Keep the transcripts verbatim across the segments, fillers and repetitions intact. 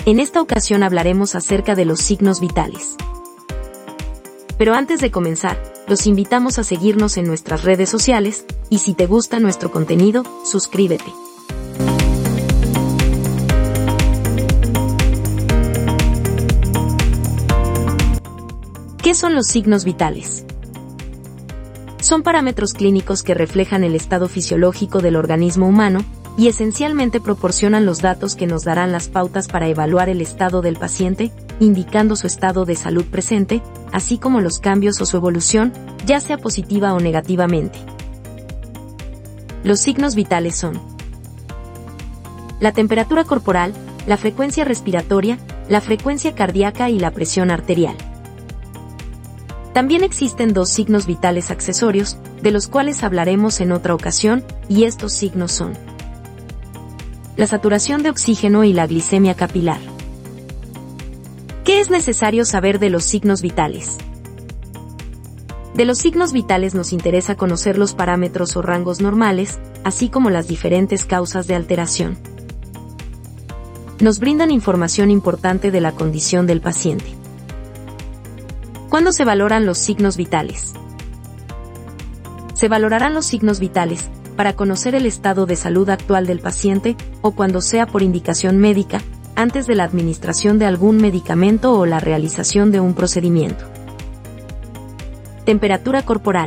En esta ocasión hablaremos acerca de los signos vitales. Pero antes de comenzar, los invitamos a seguirnos en nuestras redes sociales, y si te gusta nuestro contenido, suscríbete. ¿Qué son los signos vitales? Son parámetros clínicos que reflejan el estado fisiológico del organismo humano, y esencialmente proporcionan los datos que nos darán las pautas para evaluar el estado del paciente, indicando su estado de salud presente, así como los cambios o su evolución, ya sea positiva o negativamente. Los signos vitales son la temperatura corporal, la frecuencia respiratoria, la frecuencia cardíaca y la presión arterial. También existen dos signos vitales accesorios, de los cuales hablaremos en otra ocasión, y estos signos son la saturación de oxígeno y la glicemia capilar. ¿Qué es necesario saber de los signos vitales? De los signos vitales nos interesa conocer los parámetros o rangos normales, así como las diferentes causas de alteración. Nos brindan información importante de la condición del paciente. ¿Cuándo se valoran los signos vitales? Se valorarán los signos vitales para conocer el estado de salud actual del paciente, o cuando sea por indicación médica, antes de la administración de algún medicamento o la realización de un procedimiento. Temperatura corporal.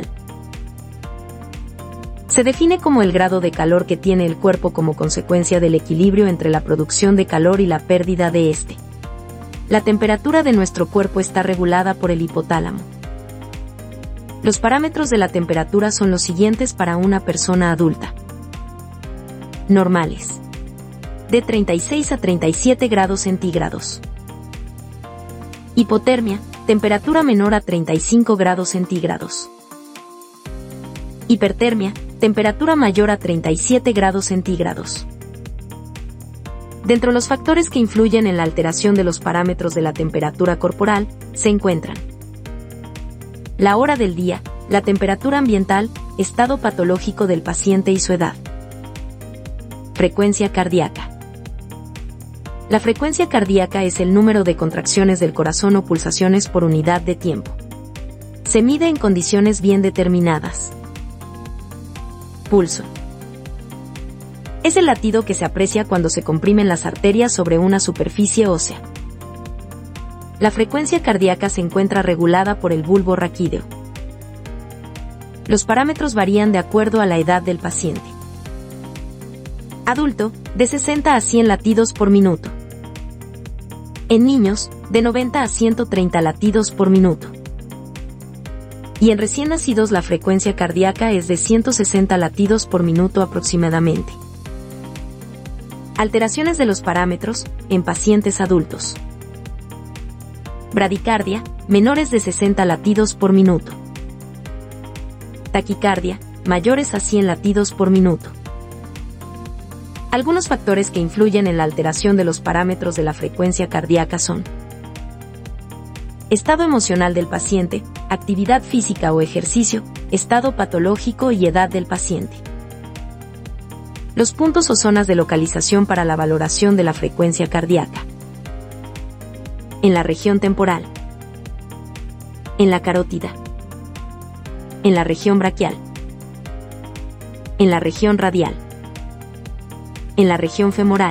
Se define como el grado de calor que tiene el cuerpo como consecuencia del equilibrio entre la producción de calor y la pérdida de este. La temperatura de nuestro cuerpo está regulada por el hipotálamo. Los parámetros de la temperatura son los siguientes para una persona adulta. Normales. De treinta y seis a treinta y siete grados centígrados. Hipotermia, temperatura menor a treinta y cinco grados centígrados. Hipertermia, temperatura mayor a treinta y siete grados centígrados. Dentro de los factores que influyen en la alteración de los parámetros de la temperatura corporal, se encuentran la hora del día, la temperatura ambiental, estado patológico del paciente y su edad. Frecuencia cardíaca. La frecuencia cardíaca es el número de contracciones del corazón o pulsaciones por unidad de tiempo. Se mide en condiciones bien determinadas. Pulso. Es el latido que se aprecia cuando se comprimen las arterias sobre una superficie ósea. La frecuencia cardíaca se encuentra regulada por el bulbo raquídeo. Los parámetros varían de acuerdo a la edad del paciente. Adulto, de sesenta a cien latidos por minuto. En niños, de noventa a ciento treinta latidos por minuto. Y en recién nacidos la frecuencia cardíaca es de ciento sesenta latidos por minuto aproximadamente. Alteraciones de los parámetros, en pacientes adultos. Bradicardia, menores de sesenta latidos por minuto. Taquicardia, mayores a cien latidos por minuto. Algunos factores que influyen en la alteración de los parámetros de la frecuencia cardíaca son estado emocional del paciente, actividad física o ejercicio, estado patológico y edad del paciente. Los puntos o zonas de localización para la valoración de la frecuencia cardíaca. En la región temporal. En la carótida. En la región braquial. En la región radial. En la región femoral.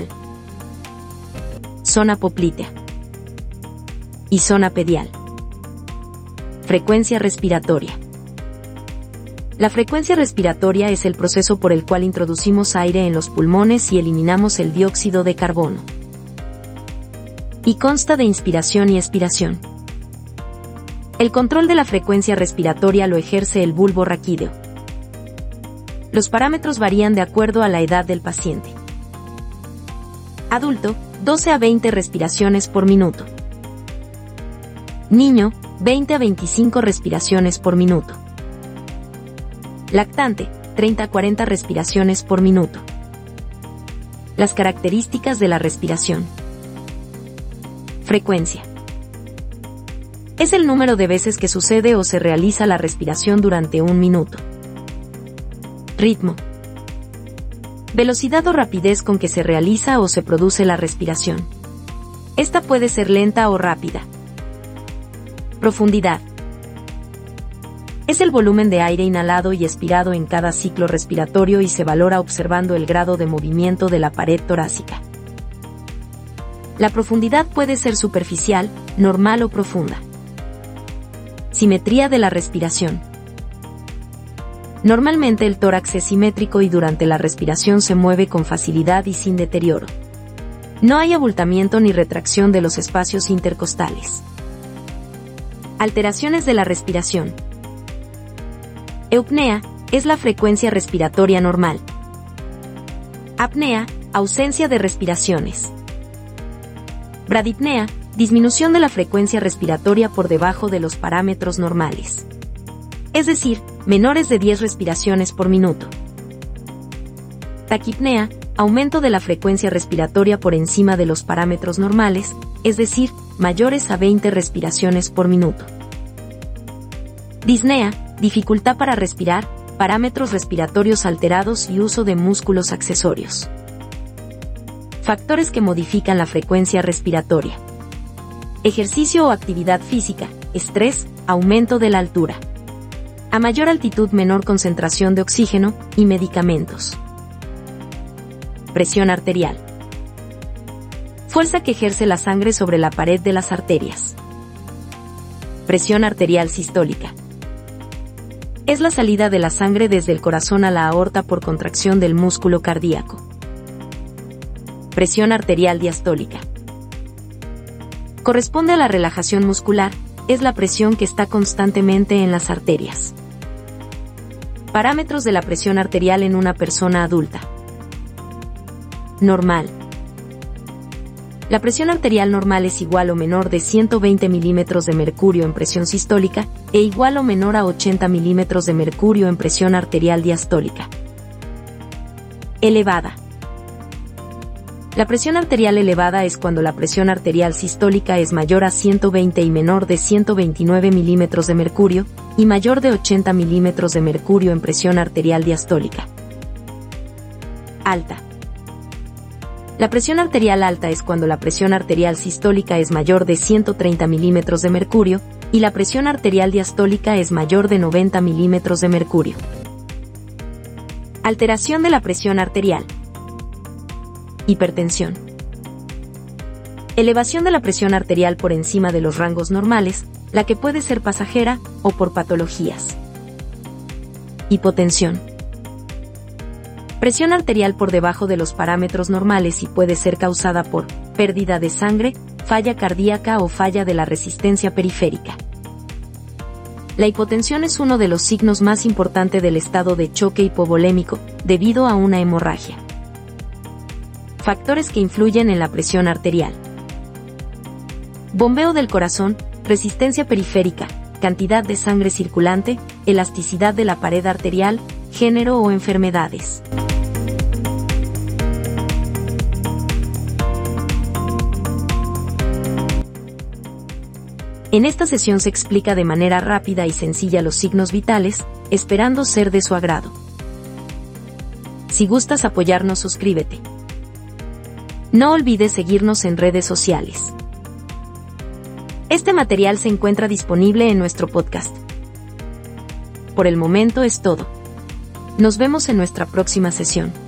Zona poplitea. Y zona pedial. Frecuencia respiratoria. La frecuencia respiratoria es el proceso por el cual introducimos aire en los pulmones y eliminamos el dióxido de carbono. Y consta de inspiración y expiración. El control de la frecuencia respiratoria lo ejerce el bulbo raquídeo. Los parámetros varían de acuerdo a la edad del paciente. Adulto, doce a veinte respiraciones por minuto. Niño, veinte a veinticinco respiraciones por minuto. Lactante, treinta a cuarenta respiraciones por minuto. Las características de la respiración. Frecuencia. Es el número de veces que sucede o se realiza la respiración durante un minuto. Ritmo. Velocidad o rapidez con que se realiza o se produce la respiración. Esta puede ser lenta o rápida. Profundidad. Es el volumen de aire inhalado y expirado en cada ciclo respiratorio y se valora observando el grado de movimiento de la pared torácica. La profundidad puede ser superficial, normal o profunda. Simetría de la respiración. Normalmente el tórax es simétrico y durante la respiración se mueve con facilidad y sin deterioro. No hay abultamiento ni retracción de los espacios intercostales. Alteraciones de la respiración. Eupnea es la frecuencia respiratoria normal. Apnea, ausencia de respiraciones. Bradipnea, disminución de la frecuencia respiratoria por debajo de los parámetros normales. Es decir, menores de diez respiraciones por minuto. Taquipnea, aumento de la frecuencia respiratoria por encima de los parámetros normales, es decir, mayores a veinte respiraciones por minuto. Disnea, dificultad para respirar, parámetros respiratorios alterados y uso de músculos accesorios. Factores que modifican la frecuencia respiratoria. Ejercicio o actividad física, estrés, aumento de la altura. A mayor altitud, menor concentración de oxígeno y medicamentos. Presión arterial. Fuerza que ejerce la sangre sobre la pared de las arterias. Presión arterial sistólica. Es la salida de la sangre desde el corazón a la aorta por contracción del músculo cardíaco. Presión arterial diastólica. Corresponde a la relajación muscular, es la presión que está constantemente en las arterias. Parámetros de la presión arterial en una persona adulta. Normal. La presión arterial normal es igual o menor de ciento veinte milímetros de mercurio en presión sistólica e igual o menor a ochenta milímetros de mercurio en presión arterial diastólica. Elevada. La presión arterial elevada es cuando la presión arterial sistólica es mayor a ciento veinte y menor de ciento veintinueve milímetros de mercurio y mayor de ochenta milímetros de mercurio en presión arterial diastólica. Alta. La presión arterial alta es cuando la presión arterial sistólica es mayor de ciento treinta milímetros de mercurio y la presión arterial diastólica es mayor de noventa milímetros de mercurio. Alteración de la presión arterial. Hipertensión. Elevación de la presión arterial por encima de los rangos normales, la que puede ser pasajera o por patologías. Hipotensión. Presión arterial por debajo de los parámetros normales y puede ser causada por pérdida de sangre, falla cardíaca o falla de la resistencia periférica. La hipotensión es uno de los signos más importantes del estado de choque hipovolémico, debido a una hemorragia. Factores que influyen en la presión arterial. Bombeo del corazón, resistencia periférica, cantidad de sangre circulante, elasticidad de la pared arterial, género o enfermedades. En esta sesión se explica de manera rápida y sencilla los signos vitales, esperando ser de su agrado. Si gustas apoyarnos, suscríbete. No olvides seguirnos en redes sociales. Este material se encuentra disponible en nuestro podcast. Por el momento es todo. Nos vemos en nuestra próxima sesión.